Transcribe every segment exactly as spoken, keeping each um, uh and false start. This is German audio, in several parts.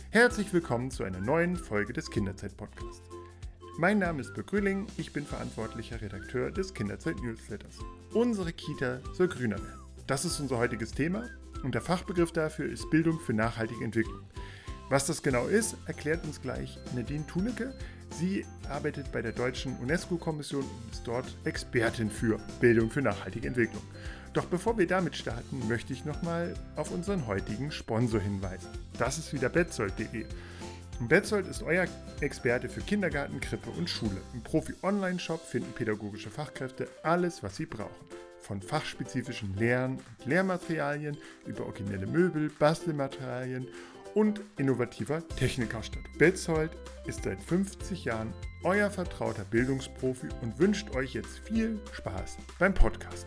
Herzlich willkommen zu einer neuen Folge des Kinderzeit-Podcasts. Mein Name ist Birk Grühling, ich bin verantwortlicher Redakteur des Kinderzeit-Newsletters. Unsere Kita soll grüner werden. Das ist unser heutiges Thema und der Fachbegriff dafür ist Bildung für nachhaltige Entwicklung. Was das genau ist, erklärt uns gleich Nadine Thunecke. Sie arbeitet bei der Deutschen UNESCO-Kommission und ist dort Expertin für Bildung für nachhaltige Entwicklung. Doch bevor wir damit starten, möchte ich nochmal auf unseren heutigen Sponsor hinweisen. Das ist wieder Betzold punkt de. Betzold ist euer Experte für Kindergarten, Krippe und Schule. Im Profi-Online-Shop finden pädagogische Fachkräfte alles, was sie brauchen. Von fachspezifischen Lern- und Lehrmaterialien über originelle Möbel, Bastelmaterialien und innovativer Technikausstattung. Betzold ist seit fünfzig Jahren euer vertrauter Bildungsprofi und wünscht euch jetzt viel Spaß beim Podcast.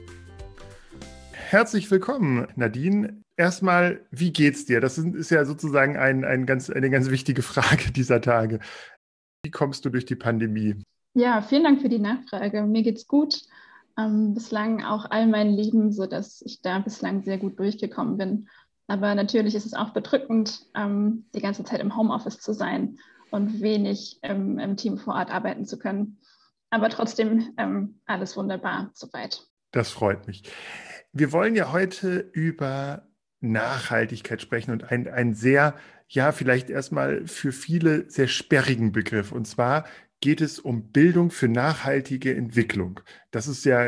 Herzlich willkommen, Nadine. Erstmal, wie geht's dir? Das ist ja sozusagen ein, ein ganz, eine ganz wichtige Frage dieser Tage. Wie kommst du durch die Pandemie? Ja, vielen Dank für die Nachfrage. Mir geht's gut. Ähm, bislang auch all mein Leben, sodass ich da bislang sehr gut durchgekommen bin. Aber natürlich ist es auch bedrückend, ähm, die ganze Zeit im Homeoffice zu sein und wenig ähm, im Team vor Ort arbeiten zu können. Aber trotzdem ähm, alles wunderbar soweit. Das freut mich. Wir wollen ja heute über Nachhaltigkeit sprechen und ein, ein sehr, ja, vielleicht erstmal für viele sehr sperrigen Begriff. Und zwar geht es um Bildung für nachhaltige Entwicklung. Das ist ja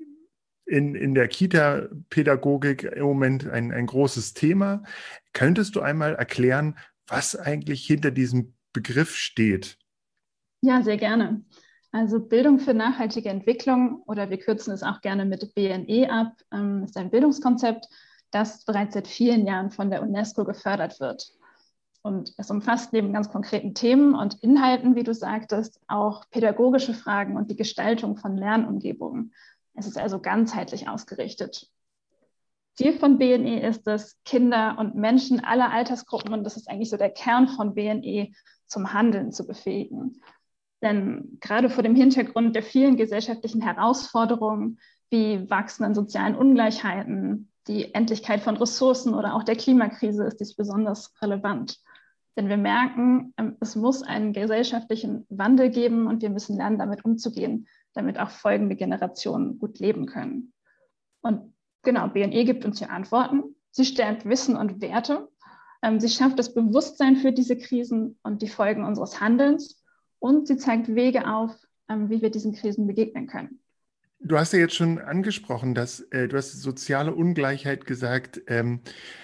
in, in der Kita-Pädagogik im Moment ein, ein großes Thema. Könntest du einmal erklären, was eigentlich hinter diesem Begriff steht? Ja, sehr gerne. Also Bildung für nachhaltige Entwicklung, oder wir kürzen es auch gerne mit B N E ab, ist ein Bildungskonzept, das bereits seit vielen Jahren von der UNESCO gefördert wird. Und es umfasst neben ganz konkreten Themen und Inhalten, wie du sagtest, auch pädagogische Fragen und die Gestaltung von Lernumgebungen. Es ist also ganzheitlich ausgerichtet. Ziel von B N E ist es, Kinder und Menschen aller Altersgruppen, und das ist eigentlich so der Kern von B N E, zum Handeln zu befähigen. Denn gerade vor dem Hintergrund der vielen gesellschaftlichen Herausforderungen wie wachsenden sozialen Ungleichheiten, die Endlichkeit von Ressourcen oder auch der Klimakrise ist dies besonders relevant. Denn wir merken, es muss einen gesellschaftlichen Wandel geben und wir müssen lernen, damit umzugehen, damit auch folgende Generationen gut leben können. Und genau, B N E gibt uns hier Antworten. Sie stärkt Wissen und Werte. Sie schafft das Bewusstsein für diese Krisen und die Folgen unseres Handelns. Und sie zeigt Wege auf, wie wir diesen Krisen begegnen können. Du hast ja jetzt schon angesprochen, dass äh, du hast soziale Ungleichheit gesagt. Ähm,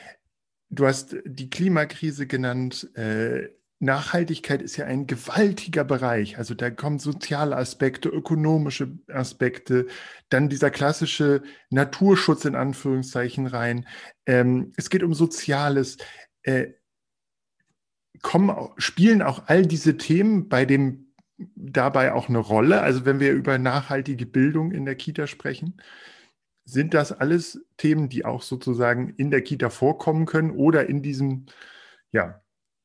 du hast die Klimakrise genannt. Äh, Nachhaltigkeit ist ja ein gewaltiger Bereich. Also da kommen soziale Aspekte, ökonomische Aspekte, dann dieser klassische Naturschutz in Anführungszeichen rein. Ähm, es geht um Soziales. Äh, kommen, spielen auch all diese Themen bei dem dabei auch eine Rolle? Also wenn wir über nachhaltige Bildung in der Kita sprechen, sind das alles Themen, die auch sozusagen in der Kita vorkommen können oder in diesem, ja,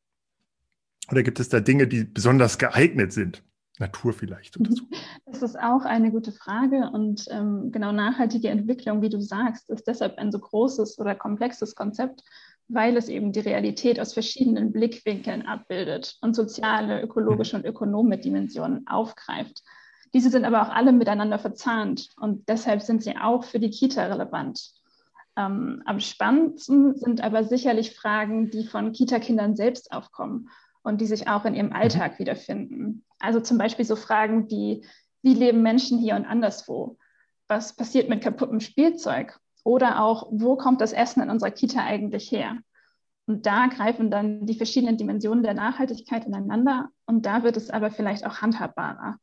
oder gibt es da Dinge, die besonders geeignet sind? Natur vielleicht oder so. Das ist auch eine gute Frage und ähm, genau nachhaltige Entwicklung, wie du sagst, ist deshalb ein so großes oder komplexes Konzept, weil es eben die Realität aus verschiedenen Blickwinkeln abbildet und soziale, ökologische und ökonomische Dimensionen aufgreift. Diese sind aber auch alle miteinander verzahnt und deshalb sind sie auch für die Kita relevant. Ähm, am spannendsten sind aber sicherlich Fragen, die von Kita-Kindern selbst aufkommen und die sich auch in ihrem Alltag mhm. wiederfinden. Also zum Beispiel so Fragen wie, wie leben Menschen hier und anderswo? Was passiert mit kaputtem Spielzeug? Oder auch, wo kommt das Essen in unserer Kita eigentlich her? Und da greifen dann die verschiedenen Dimensionen der Nachhaltigkeit ineinander und da wird es aber vielleicht auch handhabbarer.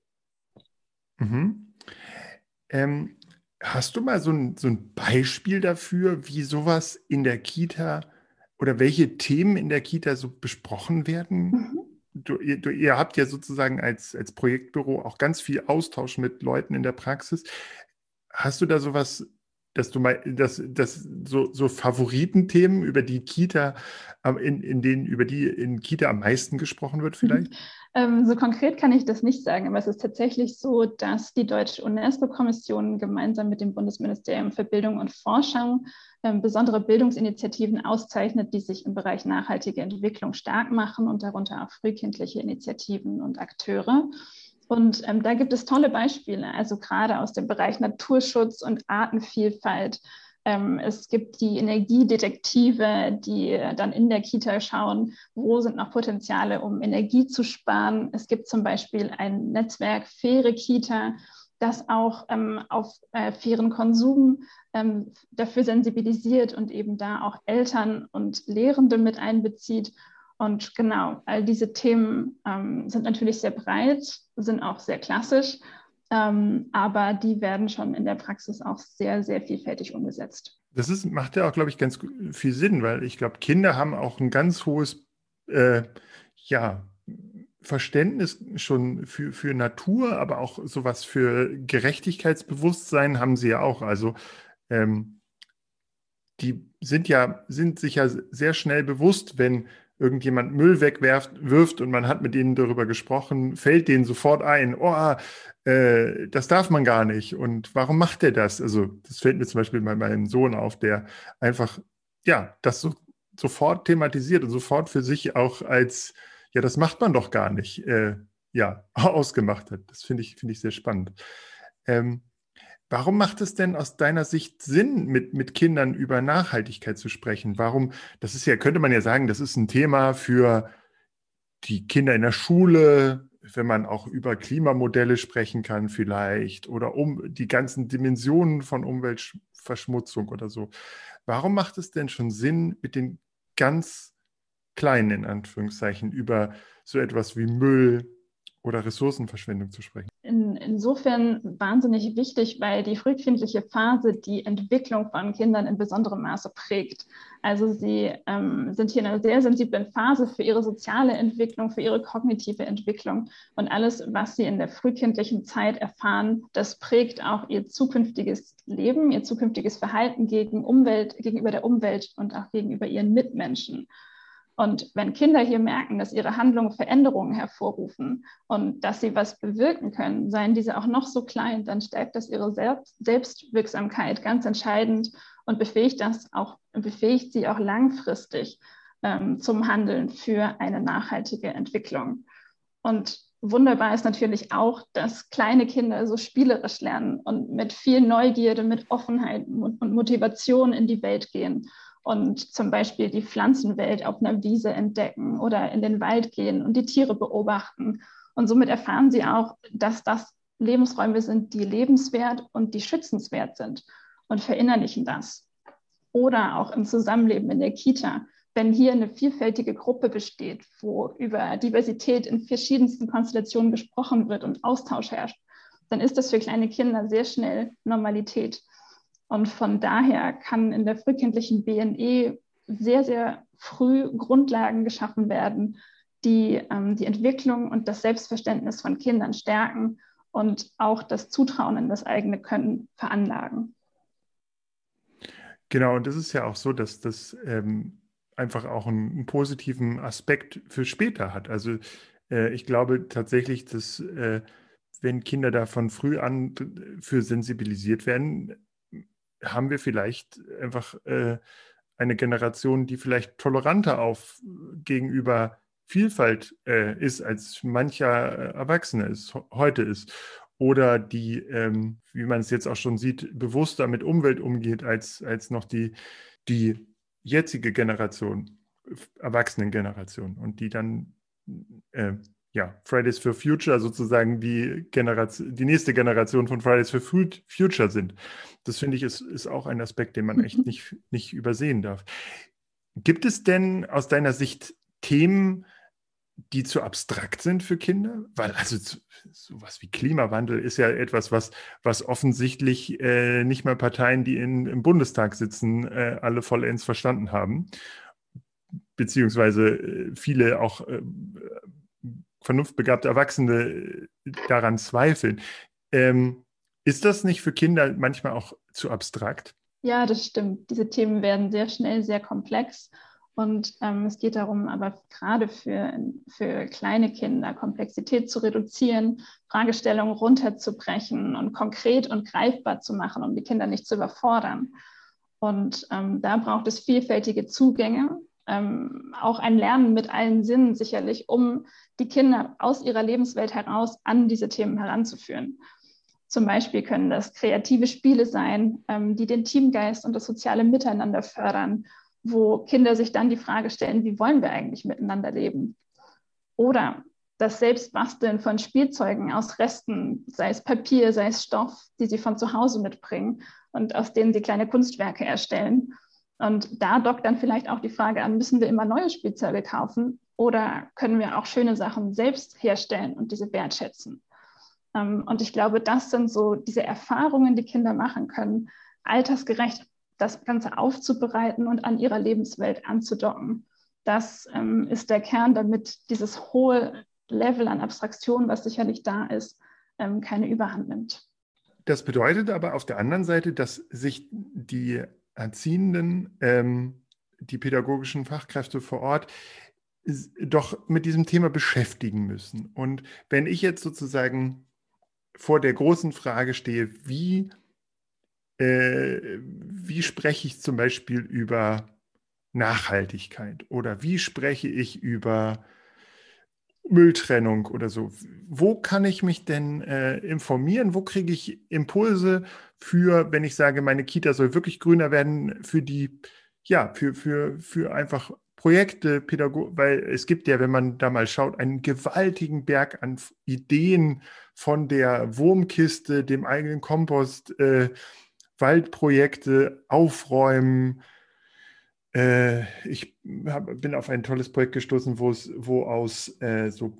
Mhm. Ähm, hast du mal so ein, so ein Beispiel dafür, wie sowas in der Kita oder welche Themen in der Kita so besprochen werden? Mhm. Du, ihr, du, ihr habt ja sozusagen als, als Projektbüro auch ganz viel Austausch mit Leuten in der Praxis. Hast du da sowas dass du mal, dass, dass so, so Favoritenthemen, über die Kita, ähm, in, in denen, über die in Kita am meisten gesprochen wird, vielleicht? Ähm, so konkret kann ich das nicht sagen, aber es ist tatsächlich so, dass die Deutsche UNESCO-Kommission gemeinsam mit dem Bundesministerium für Bildung und Forschung ähm, besondere Bildungsinitiativen auszeichnet, die sich im Bereich nachhaltige Entwicklung stark machen und darunter auch frühkindliche Initiativen und Akteure. Und ähm, da gibt es tolle Beispiele, also gerade aus dem Bereich Naturschutz und Artenvielfalt. Ähm, es gibt die Energiedetektive, die dann in der Kita schauen, wo sind noch Potenziale, um Energie zu sparen. Es gibt zum Beispiel ein Netzwerk Faire Kita, das auch ähm, auf äh, fairen Konsum ähm, dafür sensibilisiert und eben da auch Eltern und Lehrende mit einbezieht. Und genau, all diese Themen ähm, sind natürlich sehr breit, sind auch sehr klassisch. Ähm, aber die werden schon in der Praxis auch sehr, sehr vielfältig umgesetzt. Das ist, macht ja auch, glaube ich, ganz viel Sinn, weil ich glaube, Kinder haben auch ein ganz hohes, äh, ja, Verständnis schon für, für Natur, aber auch sowas für Gerechtigkeitsbewusstsein haben sie ja auch. Also ähm, die sind ja, sind sich ja sehr schnell bewusst, wenn irgendjemand Müll wegwerft, wirft und man hat mit ihnen darüber gesprochen, fällt denen sofort ein, oh, äh, das darf man gar nicht. Und warum macht der das? Also, das fällt mir zum Beispiel bei meinem Sohn auf, der einfach, ja, das so, sofort thematisiert und sofort für sich auch als, ja, das macht man doch gar nicht, äh, ja, ausgemacht hat. Das finde ich, finde ich sehr spannend. Ähm, Warum macht es denn aus deiner Sicht Sinn, mit, mit Kindern über Nachhaltigkeit zu sprechen? Warum, das ist ja, könnte man ja sagen, das ist ein Thema für die Kinder in der Schule, wenn man auch über Klimamodelle sprechen kann vielleicht oder um die ganzen Dimensionen von Umweltverschmutzung oder so. Warum macht es denn schon Sinn, mit den ganz Kleinen in Anführungszeichen über so etwas wie Müll oder Ressourcenverschwendung zu sprechen? In, insofern wahnsinnig wichtig, weil die frühkindliche Phase die Entwicklung von Kindern in besonderem Maße prägt. Also sie ähm, sind hier in einer sehr sensiblen Phase für ihre soziale Entwicklung, für ihre kognitive Entwicklung. Und alles, was sie in der frühkindlichen Zeit erfahren, das prägt auch ihr zukünftiges Leben, ihr zukünftiges Verhalten gegen Umwelt, gegenüber der Umwelt und auch gegenüber ihren Mitmenschen. Und wenn Kinder hier merken, dass ihre Handlungen Veränderungen hervorrufen und dass sie was bewirken können, seien diese auch noch so klein, dann stärkt das ihre Selbst Selbstwirksamkeit ganz entscheidend und befähigt, das auch, befähigt sie auch langfristig ähm, zum Handeln für eine nachhaltige Entwicklung. Und wunderbar ist natürlich auch, dass kleine Kinder so spielerisch lernen und mit viel Neugierde, mit Offenheit und Motivation in die Welt gehen und zum Beispiel die Pflanzenwelt auf einer Wiese entdecken oder in den Wald gehen und die Tiere beobachten. Und somit erfahren sie auch, dass das Lebensräume sind, die lebenswert und die schützenswert sind und verinnerlichen das. Oder auch im Zusammenleben in der Kita. Wenn hier eine vielfältige Gruppe besteht, wo über Diversität in verschiedensten Konstellationen gesprochen wird und Austausch herrscht, dann ist das für kleine Kinder sehr schnell Normalität. Und von daher kann in der frühkindlichen B N E sehr, sehr früh Grundlagen geschaffen werden, die ähm, die Entwicklung und das Selbstverständnis von Kindern stärken und auch das Zutrauen in das eigene Können veranlagen. Genau, und das ist ja auch so, dass das ähm, einfach auch einen, einen positiven Aspekt für später hat. Also äh, ich glaube tatsächlich, dass äh, wenn Kinder da von früh an für sensibilisiert werden, haben wir vielleicht einfach äh, eine Generation, die vielleicht toleranter auf gegenüber Vielfalt äh, ist, als mancher Erwachsene es heute ist. Oder die, ähm, wie man es jetzt auch schon sieht, bewusster mit Umwelt umgeht, als, als noch die, die jetzige Generation, Erwachsenengeneration. Und die dann äh, ja, Fridays for Future sozusagen die Generation, die nächste Generation von Fridays for Future sind. Das finde ich ist, ist auch ein Aspekt, den man echt nicht, nicht übersehen darf. Gibt es denn aus deiner Sicht Themen, die zu abstrakt sind für Kinder? Weil also zu, sowas wie Klimawandel ist ja etwas, was, was offensichtlich äh, nicht mal Parteien, die in, im Bundestag sitzen, äh, alle vollends verstanden haben. Beziehungsweise äh, viele auch äh, vernunftbegabte Erwachsene daran zweifeln. Ähm, ist das nicht für Kinder manchmal auch zu abstrakt? Ja, das stimmt. Diese Themen werden sehr schnell sehr komplex. Und ähm, es geht darum, aber gerade für, für kleine Kinder Komplexität zu reduzieren, Fragestellungen runterzubrechen und konkret und greifbar zu machen, um die Kinder nicht zu überfordern. Und ähm, da braucht es vielfältige Zugänge, ähm, auch ein Lernen mit allen Sinnen sicherlich, um die Kinder aus ihrer Lebenswelt heraus an diese Themen heranzuführen. Zum Beispiel können das kreative Spiele sein, ähm, die den Teamgeist und das soziale Miteinander fördern, wo Kinder sich dann die Frage stellen, wie wollen wir eigentlich miteinander leben? Oder das Selbstbasteln von Spielzeugen aus Resten, sei es Papier, sei es Stoff, die sie von zu Hause mitbringen und aus denen sie kleine Kunstwerke erstellen. Und da dockt dann vielleicht auch die Frage an, müssen wir immer neue Spielzeuge kaufen oder können wir auch schöne Sachen selbst herstellen und diese wertschätzen? Und ich glaube, das sind so diese Erfahrungen, die Kinder machen können, altersgerecht das Ganze aufzubereiten und an ihrer Lebenswelt anzudocken. Das ähm, ist der Kern, damit dieses hohe Level an Abstraktion, was sicherlich da ist, ähm, keine Überhand nimmt. Das bedeutet aber auf der anderen Seite, dass sich die Erziehenden, ähm, die pädagogischen Fachkräfte vor Ort, doch mit diesem Thema beschäftigen müssen. Und wenn ich jetzt sozusagen vor der großen Frage stehe, wie, äh, wie spreche ich zum Beispiel über Nachhaltigkeit oder wie spreche ich über Mülltrennung oder so. Wo kann ich mich denn äh, informieren? Wo kriege ich Impulse für, wenn ich sage, meine Kita soll wirklich grüner werden, für die, ja, für, für, für einfach Projekte, Pädago- weil es gibt ja, wenn man da mal schaut, einen gewaltigen Berg an Ideen von der Wurmkiste, dem eigenen Kompost, äh, Waldprojekte, Aufräumen. Äh, ich hab, bin auf ein tolles Projekt gestoßen, wo es, wo aus äh, so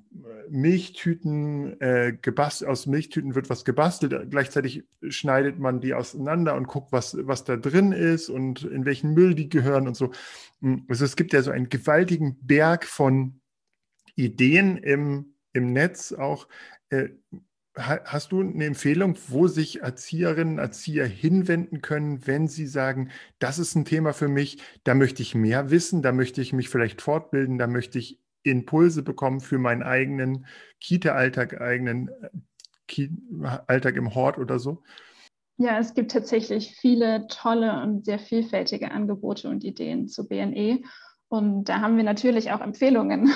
Milchtüten äh, gebastelt, aus Milchtüten wird was gebastelt. Gleichzeitig schneidet man die auseinander und guckt, was, was da drin ist und in welchen Müll die gehören und so. Also es gibt ja so einen gewaltigen Berg von Ideen im, im Netz auch. Äh, Hast du eine Empfehlung, wo sich Erzieherinnen, Erzieher hinwenden können, wenn sie sagen, das ist ein Thema für mich, da möchte ich mehr wissen, da möchte ich mich vielleicht fortbilden, da möchte ich Impulse bekommen für meinen eigenen Kita-Alltag, eigenen Ki- Alltag im Hort oder so? Ja, es gibt tatsächlich viele tolle und sehr vielfältige Angebote und Ideen zu B N E. Und da haben wir natürlich auch Empfehlungen.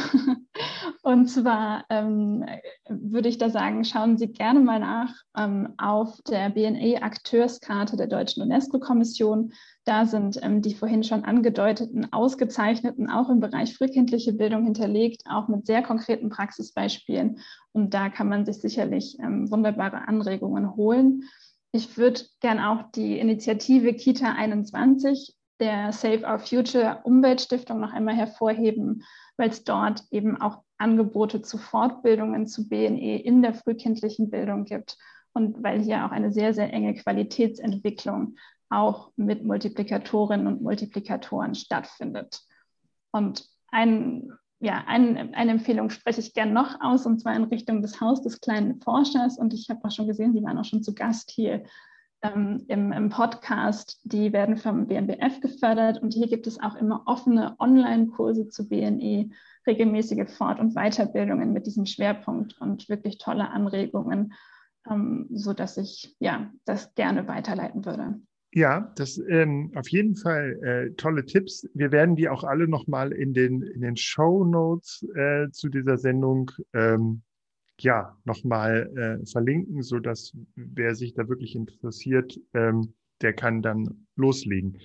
Und zwar ähm, würde ich da sagen, schauen Sie gerne mal nach ähm, auf der B N E-Akteurskarte der Deutschen UNESCO-Kommission. Da sind ähm, die vorhin schon angedeuteten, ausgezeichneten, auch im Bereich frühkindliche Bildung hinterlegt, auch mit sehr konkreten Praxisbeispielen. Und da kann man sich sicherlich ähm, wunderbare Anregungen holen. Ich würde gern auch die Initiative Kita einundzwanzig der Save Our Future Umweltstiftung noch einmal hervorheben, weil es dort eben auch Angebote zu Fortbildungen zu B N E in der frühkindlichen Bildung gibt und weil hier auch eine sehr, sehr enge Qualitätsentwicklung auch mit Multiplikatorinnen und Multiplikatoren stattfindet. Und ein, ja, ein, eine Empfehlung spreche ich gern noch aus, und zwar in Richtung des Haus des kleinen Forschers. Und ich habe auch schon gesehen, Sie waren auch schon zu Gast hier ähm, im, im Podcast. Die werden vom B M B F gefördert und hier gibt es auch immer offene Online-Kurse zu B N E, regelmäßige Fort- und Weiterbildungen mit diesem Schwerpunkt und wirklich tolle Anregungen, ähm, sodass ich ja, das gerne weiterleiten würde. Ja, das ähm, auf jeden Fall äh, tolle Tipps. Wir werden die auch alle nochmal in den, in den Shownotes äh, zu dieser Sendung ähm, ja, nochmal äh, verlinken, sodass wer sich da wirklich interessiert, ähm, der kann dann loslegen.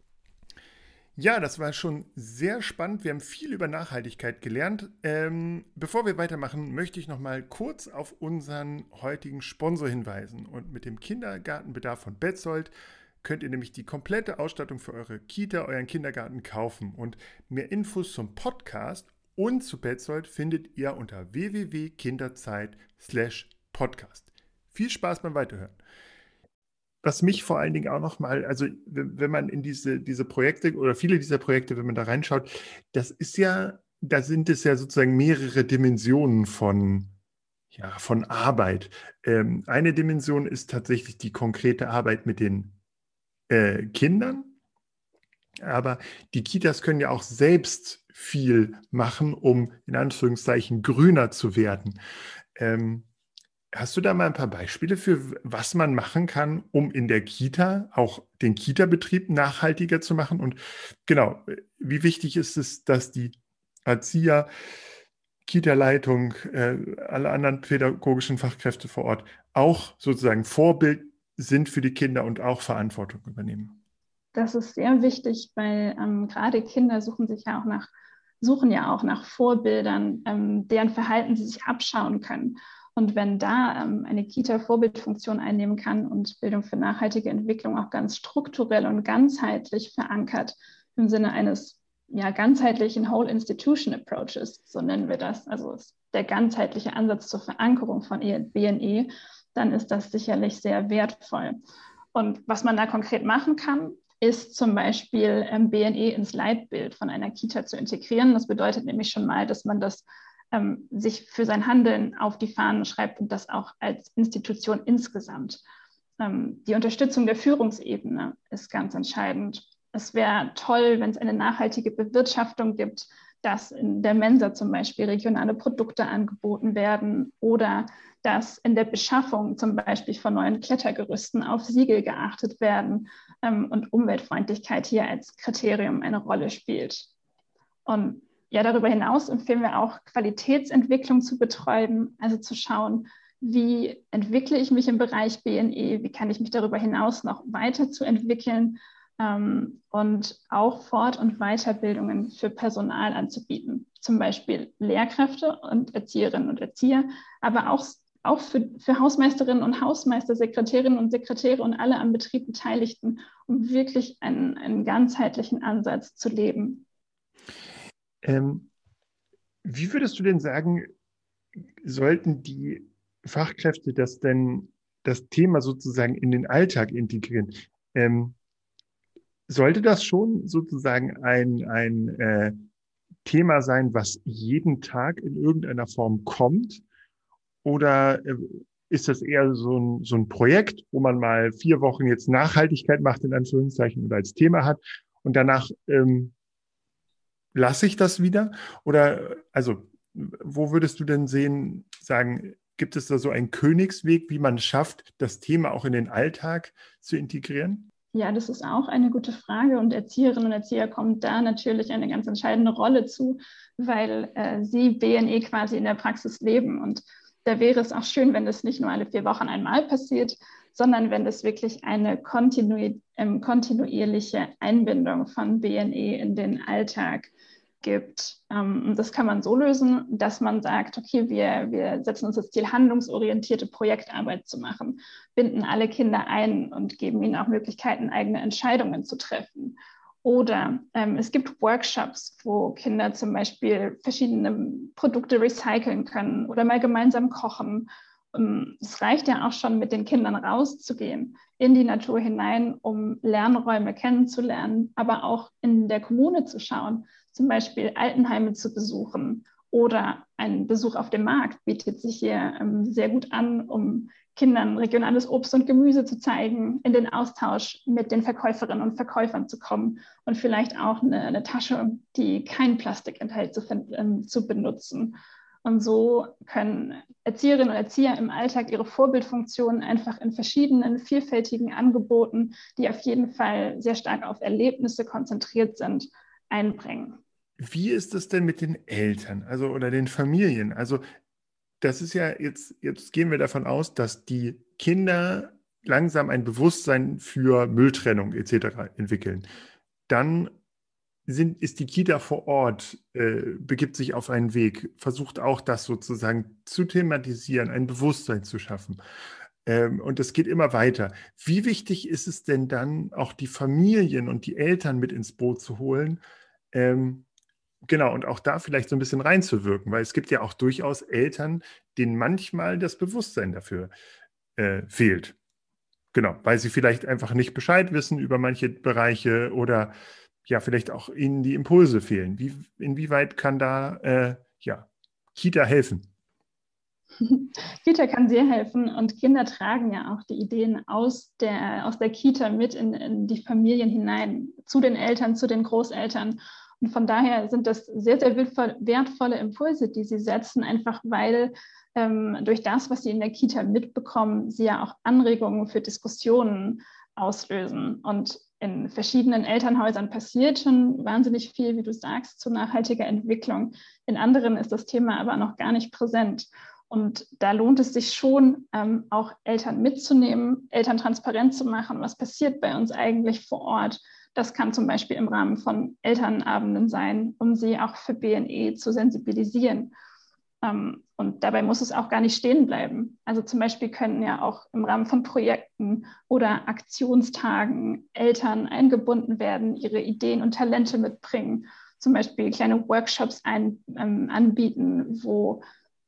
Ja, das war schon sehr spannend. Wir haben viel über Nachhaltigkeit gelernt. Ähm, bevor wir weitermachen, möchte ich noch mal kurz auf unseren heutigen Sponsor hinweisen. Und mit dem Kindergartenbedarf von Betzold könnt ihr nämlich die komplette Ausstattung für eure Kita, euren Kindergarten kaufen. Und mehr Infos zum Podcast und zu Betzold findet ihr unter w w w punkt kinderzeit slash podcast. Viel Spaß beim Weiterhören. Was mich vor allen Dingen auch nochmal, also wenn man in diese, diese Projekte oder viele dieser Projekte, wenn man da reinschaut, das ist ja, da sind es ja sozusagen mehrere Dimensionen von, ja, von Arbeit. Ähm, eine Dimension ist tatsächlich die konkrete Arbeit mit den äh, Kindern, aber die Kitas können ja auch selbst viel machen, um in Anführungszeichen grüner zu werden. Ähm, Hast du da mal ein paar Beispiele für, was man machen kann, um in der Kita auch den Kita-Betrieb nachhaltiger zu machen? Und genau, wie wichtig ist es, dass die Erzieher, Kita-Leitung, äh, alle anderen pädagogischen Fachkräfte vor Ort auch sozusagen Vorbild sind für die Kinder und auch Verantwortung übernehmen? Das ist sehr wichtig, weil ähm, gerade Kinder suchen sich ja auch nach, suchen ja auch nach Vorbildern, ähm, deren Verhalten sie sich abschauen können. Und wenn da ähm, eine Kita Vorbildfunktion einnehmen kann und Bildung für nachhaltige Entwicklung auch ganz strukturell und ganzheitlich verankert, im Sinne eines ja, ganzheitlichen Whole Institution Approaches, so nennen wir das, also der ganzheitliche Ansatz zur Verankerung von B N E, dann ist das sicherlich sehr wertvoll. Und was man da konkret machen kann, ist zum Beispiel ähm, B N E ins Leitbild von einer Kita zu integrieren. Das bedeutet nämlich schon mal, dass man das ähm, sich für sein Handeln auf die Fahnen schreibt und das auch als Institution insgesamt. Ähm, die Unterstützung der Führungsebene ist ganz entscheidend. Es wäre toll, wenn es eine nachhaltige Bewirtschaftung gibt, dass in der Mensa zum Beispiel regionale Produkte angeboten werden oder dass in der Beschaffung zum Beispiel von neuen Klettergerüsten auf Siegel geachtet werden ähm, und Umweltfreundlichkeit hier als Kriterium eine Rolle spielt. Und ja, darüber hinaus empfehlen wir auch, Qualitätsentwicklung zu betreiben, also zu schauen, wie entwickle ich mich im Bereich B N E, wie kann ich mich darüber hinaus noch weiterzuentwickeln ähm, und auch Fort- und Weiterbildungen für Personal anzubieten, zum Beispiel Lehrkräfte und Erzieherinnen und Erzieher, aber auch auch für, für Hausmeisterinnen und Hausmeister, Sekretärinnen und Sekretäre und alle am Betrieb Beteiligten, um wirklich einen, einen ganzheitlichen Ansatz zu leben. Ähm, wie würdest du denn sagen, sollten die Fachkräfte das denn, das Thema sozusagen in den Alltag integrieren? Ähm, sollte das schon sozusagen ein, ein äh, Thema sein, was jeden Tag in irgendeiner Form kommt? Oder äh, ist das eher so ein, so ein Projekt, wo man mal vier Wochen jetzt Nachhaltigkeit macht, in Anführungszeichen, oder als Thema hat und danach ähm, lasse ich das wieder? Oder also, wo würdest du denn sehen, sagen, gibt es da so einen Königsweg, wie man es schafft, das Thema auch in den Alltag zu integrieren? Ja, das ist auch eine gute Frage und Erzieherinnen und Erzieher kommen da natürlich eine ganz entscheidende Rolle zu, weil äh, sie B N E quasi in der Praxis leben. Und da wäre es auch schön, wenn das nicht nur alle vier Wochen einmal passiert, sondern wenn es wirklich eine kontinu ähm, kontinuierliche Einbindung von B N E in den Alltag gibt. Ähm, das kann man so lösen, dass man sagt, okay, wir, wir setzen uns das Ziel, handlungsorientierte Projektarbeit zu machen, binden alle Kinder ein und geben ihnen auch Möglichkeiten, eigene Entscheidungen zu treffen. Oder ähm, es gibt Workshops, wo Kinder zum Beispiel verschiedene Produkte recyceln können oder mal gemeinsam kochen. Es reicht ja auch schon, mit den Kindern rauszugehen, in die Natur hinein, um Lernräume kennenzulernen, aber auch in der Kommune zu schauen, zum Beispiel Altenheime zu besuchen oder ein Besuch auf dem Markt bietet sich hier ähm, sehr gut an, um Kindern regionales Obst und Gemüse zu zeigen, in den Austausch mit den Verkäuferinnen und Verkäufern zu kommen und vielleicht auch eine, eine Tasche, die kein Plastik enthält, zu, ähm, zu benutzen. Und so können Erzieherinnen und Erzieher im Alltag ihre Vorbildfunktionen einfach in verschiedenen, vielfältigen Angeboten, die auf jeden Fall sehr stark auf Erlebnisse konzentriert sind, einbringen. Wie ist es denn mit den Eltern, also oder den Familien? Also das ist ja jetzt, jetzt gehen wir davon aus, dass die Kinder langsam ein Bewusstsein für Mülltrennung et cetera entwickeln. Dann sind, ist die Kita vor Ort, äh, begibt sich auf einen Weg, versucht auch das sozusagen zu thematisieren, ein Bewusstsein zu schaffen. Ähm, und es geht immer weiter. Wie wichtig ist es denn dann, auch die Familien und die Eltern mit ins Boot zu holen? Ähm, Genau, und auch da vielleicht so ein bisschen reinzuwirken, weil es gibt ja auch durchaus Eltern, denen manchmal das Bewusstsein dafür äh, fehlt. Genau, weil sie vielleicht einfach nicht Bescheid wissen über manche Bereiche oder ja, vielleicht auch ihnen die Impulse fehlen. Wie, inwieweit kann da äh, ja, Kita helfen? Kita kann sehr helfen und Kinder tragen ja auch die Ideen aus der, aus der Kita mit in, in die Familien hinein, zu den Eltern, zu den Großeltern. Und von daher sind das sehr, sehr wertvolle Impulse, die sie setzen, einfach weil ähm, durch das, was sie in der Kita mitbekommen, sie ja auch Anregungen für Diskussionen auslösen. Und in verschiedenen Elternhäusern passiert schon wahnsinnig viel, wie du sagst, zu nachhaltiger Entwicklung. In anderen ist das Thema aber noch gar nicht präsent. Und da lohnt es sich schon, ähm, auch Eltern mitzunehmen, Eltern transparent zu machen, was passiert bei uns eigentlich vor Ort. Das kann zum Beispiel im Rahmen von Elternabenden sein, um sie auch für B N E zu sensibilisieren. Ähm, und dabei muss es auch gar nicht stehen bleiben. Also zum Beispiel können ja auch im Rahmen von Projekten oder Aktionstagen Eltern eingebunden werden, ihre Ideen und Talente mitbringen. Zum Beispiel kleine Workshops ein, ähm, anbieten, wo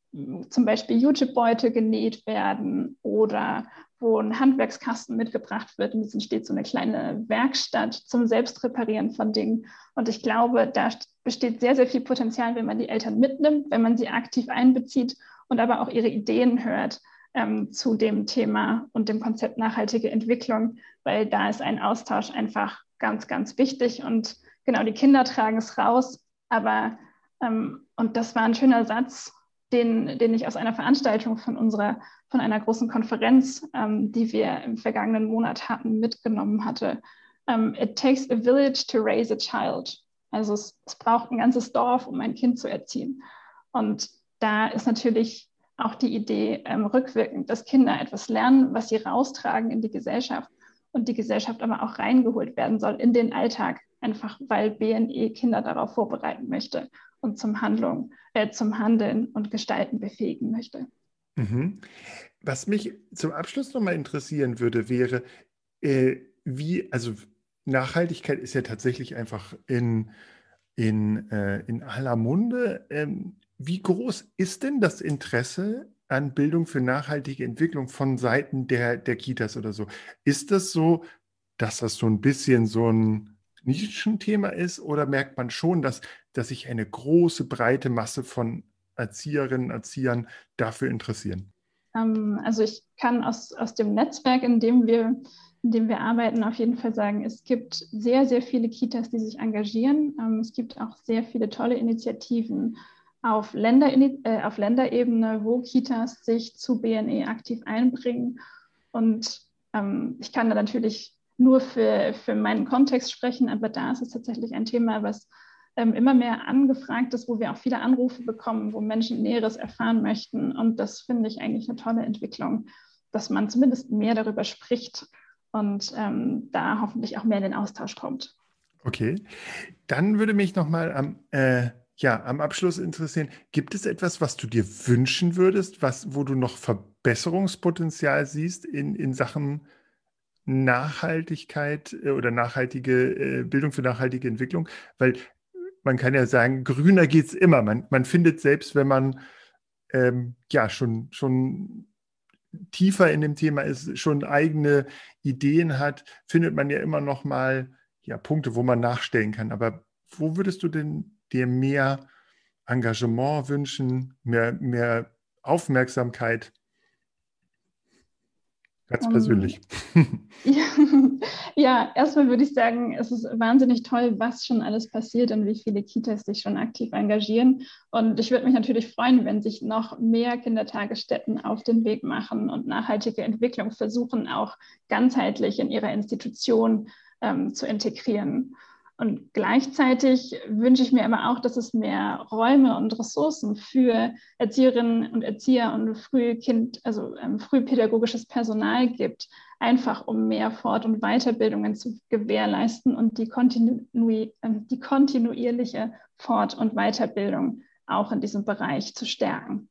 zum Beispiel Jutebeutel genäht werden oder wo ein Handwerkskasten mitgebracht wird und es entsteht so eine kleine Werkstatt zum Selbstreparieren von Dingen. Und ich glaube, da besteht sehr, sehr viel Potenzial, wenn man die Eltern mitnimmt, wenn man sie aktiv einbezieht und aber auch ihre Ideen hört ähm, zu dem Thema und dem Konzept nachhaltige Entwicklung, weil da ist ein Austausch einfach ganz, ganz wichtig. Und genau, die Kinder tragen es raus, aber, ähm, und das war ein schöner Satz, Den, den ich aus einer Veranstaltung von unserer, von einer großen Konferenz, ähm, die wir im vergangenen Monat hatten, mitgenommen hatte. Um, it takes a village to raise a child. Also es, es braucht ein ganzes Dorf, um ein Kind zu erziehen. Und da ist natürlich auch die Idee ähm, rückwirkend, dass Kinder etwas lernen, was sie raustragen in die Gesellschaft und die Gesellschaft aber auch reingeholt werden soll in den Alltag, einfach weil B N E Kinder darauf vorbereiten möchte und zum Handlung, äh, zum Handeln und Gestalten befähigen möchte. Mhm. Was mich zum Abschluss nochmal interessieren würde, wäre, äh, wie, also Nachhaltigkeit ist ja tatsächlich einfach in, in, äh, in aller Munde. Ähm, wie groß ist denn das Interesse an Bildung für nachhaltige Entwicklung von Seiten der, der Kitas oder so? Ist das so, dass das so ein bisschen so ein Nischenthema ist oder merkt man schon, dass, dass sich eine große, breite Masse von Erzieherinnen, Erziehern dafür interessieren? Ähm, also ich kann aus, aus dem Netzwerk, in dem wir, in dem wir arbeiten, auf jeden Fall sagen, es gibt sehr, sehr viele Kitas, die sich engagieren. Ähm, es gibt auch sehr viele tolle Initiativen auf, Länder, äh, auf Länderebene, wo Kitas sich zu B N E aktiv einbringen. Und ähm, ich kann da natürlich nur für, für meinen Kontext sprechen, aber da ist es tatsächlich ein Thema, was ähm, immer mehr angefragt ist, wo wir auch viele Anrufe bekommen, wo Menschen Näheres erfahren möchten. Und das finde ich eigentlich eine tolle Entwicklung, dass man zumindest mehr darüber spricht und ähm, da hoffentlich auch mehr in den Austausch kommt. Okay, dann würde mich nochmal am, äh, ja, am Abschluss interessieren, gibt es etwas, was du dir wünschen würdest, was, wo du noch Verbesserungspotenzial siehst in, in Sachen Nachhaltigkeit äh, oder nachhaltige äh, Bildung für nachhaltige Entwicklung? Weil man kann ja sagen, grüner geht es immer. Man, man findet selbst, wenn man ähm, ja schon, schon tiefer in dem Thema ist, schon eigene Ideen hat, findet man ja immer noch mal ja, Punkte, wo man nachstellen kann. Aber wo würdest du denn dir mehr Engagement wünschen, mehr, mehr Aufmerksamkeit, ganz Um, persönlich? Ja, ja, erstmal würde ich sagen, es ist wahnsinnig toll, was schon alles passiert und wie viele Kitas sich schon aktiv engagieren. Und ich würde mich natürlich freuen, wenn sich noch mehr Kindertagesstätten auf den Weg machen und nachhaltige Entwicklung versuchen, auch ganzheitlich in ihrer Institution ähm, zu integrieren. Und gleichzeitig wünsche ich mir aber auch, dass es mehr Räume und Ressourcen für Erzieherinnen und Erzieher und Frühkind, also ähm, frühpädagogisches Personal gibt, einfach um mehr Fort- und Weiterbildungen zu gewährleisten und die, kontinu die kontinuierliche Fort- und Weiterbildung auch in diesem Bereich zu stärken.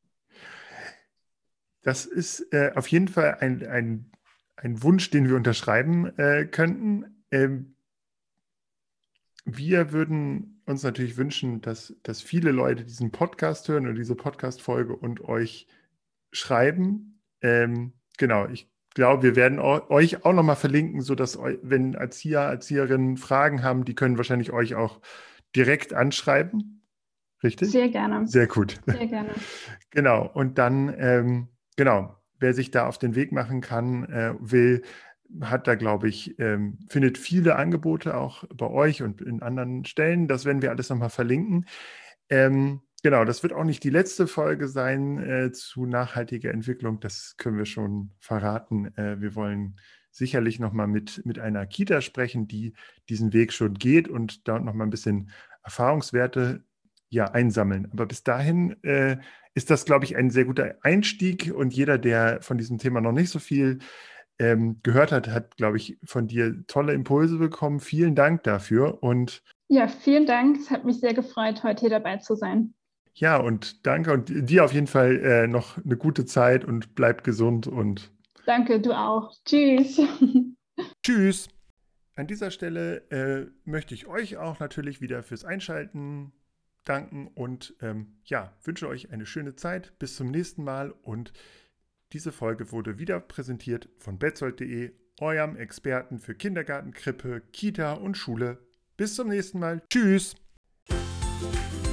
Das ist äh, auf jeden Fall ein, ein, ein Wunsch, den wir unterschreiben äh, könnten. Ähm, wir würden uns natürlich wünschen, dass, dass viele Leute diesen Podcast hören oder diese Podcast-Folge und euch schreiben. Ähm, genau, ich glaube, wir werden eu euch auch nochmal verlinken, sodass, eu wenn Erzieher, Erzieherinnen Fragen haben, die können wahrscheinlich euch auch direkt anschreiben. richtig? Sehr gerne. Sehr gut. Sehr gerne. Genau, und dann, ähm, genau, wer sich da auf den Weg machen kann, äh, will, hat da, glaube ich, ähm, findet viele Angebote auch bei euch und in anderen Stellen. Das werden wir alles nochmal verlinken. Ähm, genau, das wird auch nicht die letzte Folge sein äh, zu nachhaltiger Entwicklung. Das können wir schon verraten. Äh, wir wollen sicherlich nochmal mit, mit einer Kita sprechen, die diesen Weg schon geht und dort nochmal ein bisschen Erfahrungswerte ja, einsammeln. Aber bis dahin äh, ist das, glaube ich, ein sehr guter Einstieg und jeder, der von diesem Thema noch nicht so viel ähm, gehört hat, hat, glaube ich, von dir tolle Impulse bekommen. Vielen Dank dafür und Ja, vielen Dank. Es hat mich sehr gefreut, heute hier dabei zu sein. ja, und danke und dir auf jeden Fall äh, noch eine gute Zeit und bleib gesund und Danke, du auch. Tschüss. tschüss. An dieser Stelle äh, möchte ich euch auch natürlich wieder fürs Einschalten danken und ähm, ja, wünsche euch eine schöne Zeit. Bis zum nächsten Mal und diese Folge wurde wieder präsentiert von betzold punkt de, eurem Experten für Kindergarten, Krippe, Kita und Schule. Bis zum nächsten Mal. Tschüss.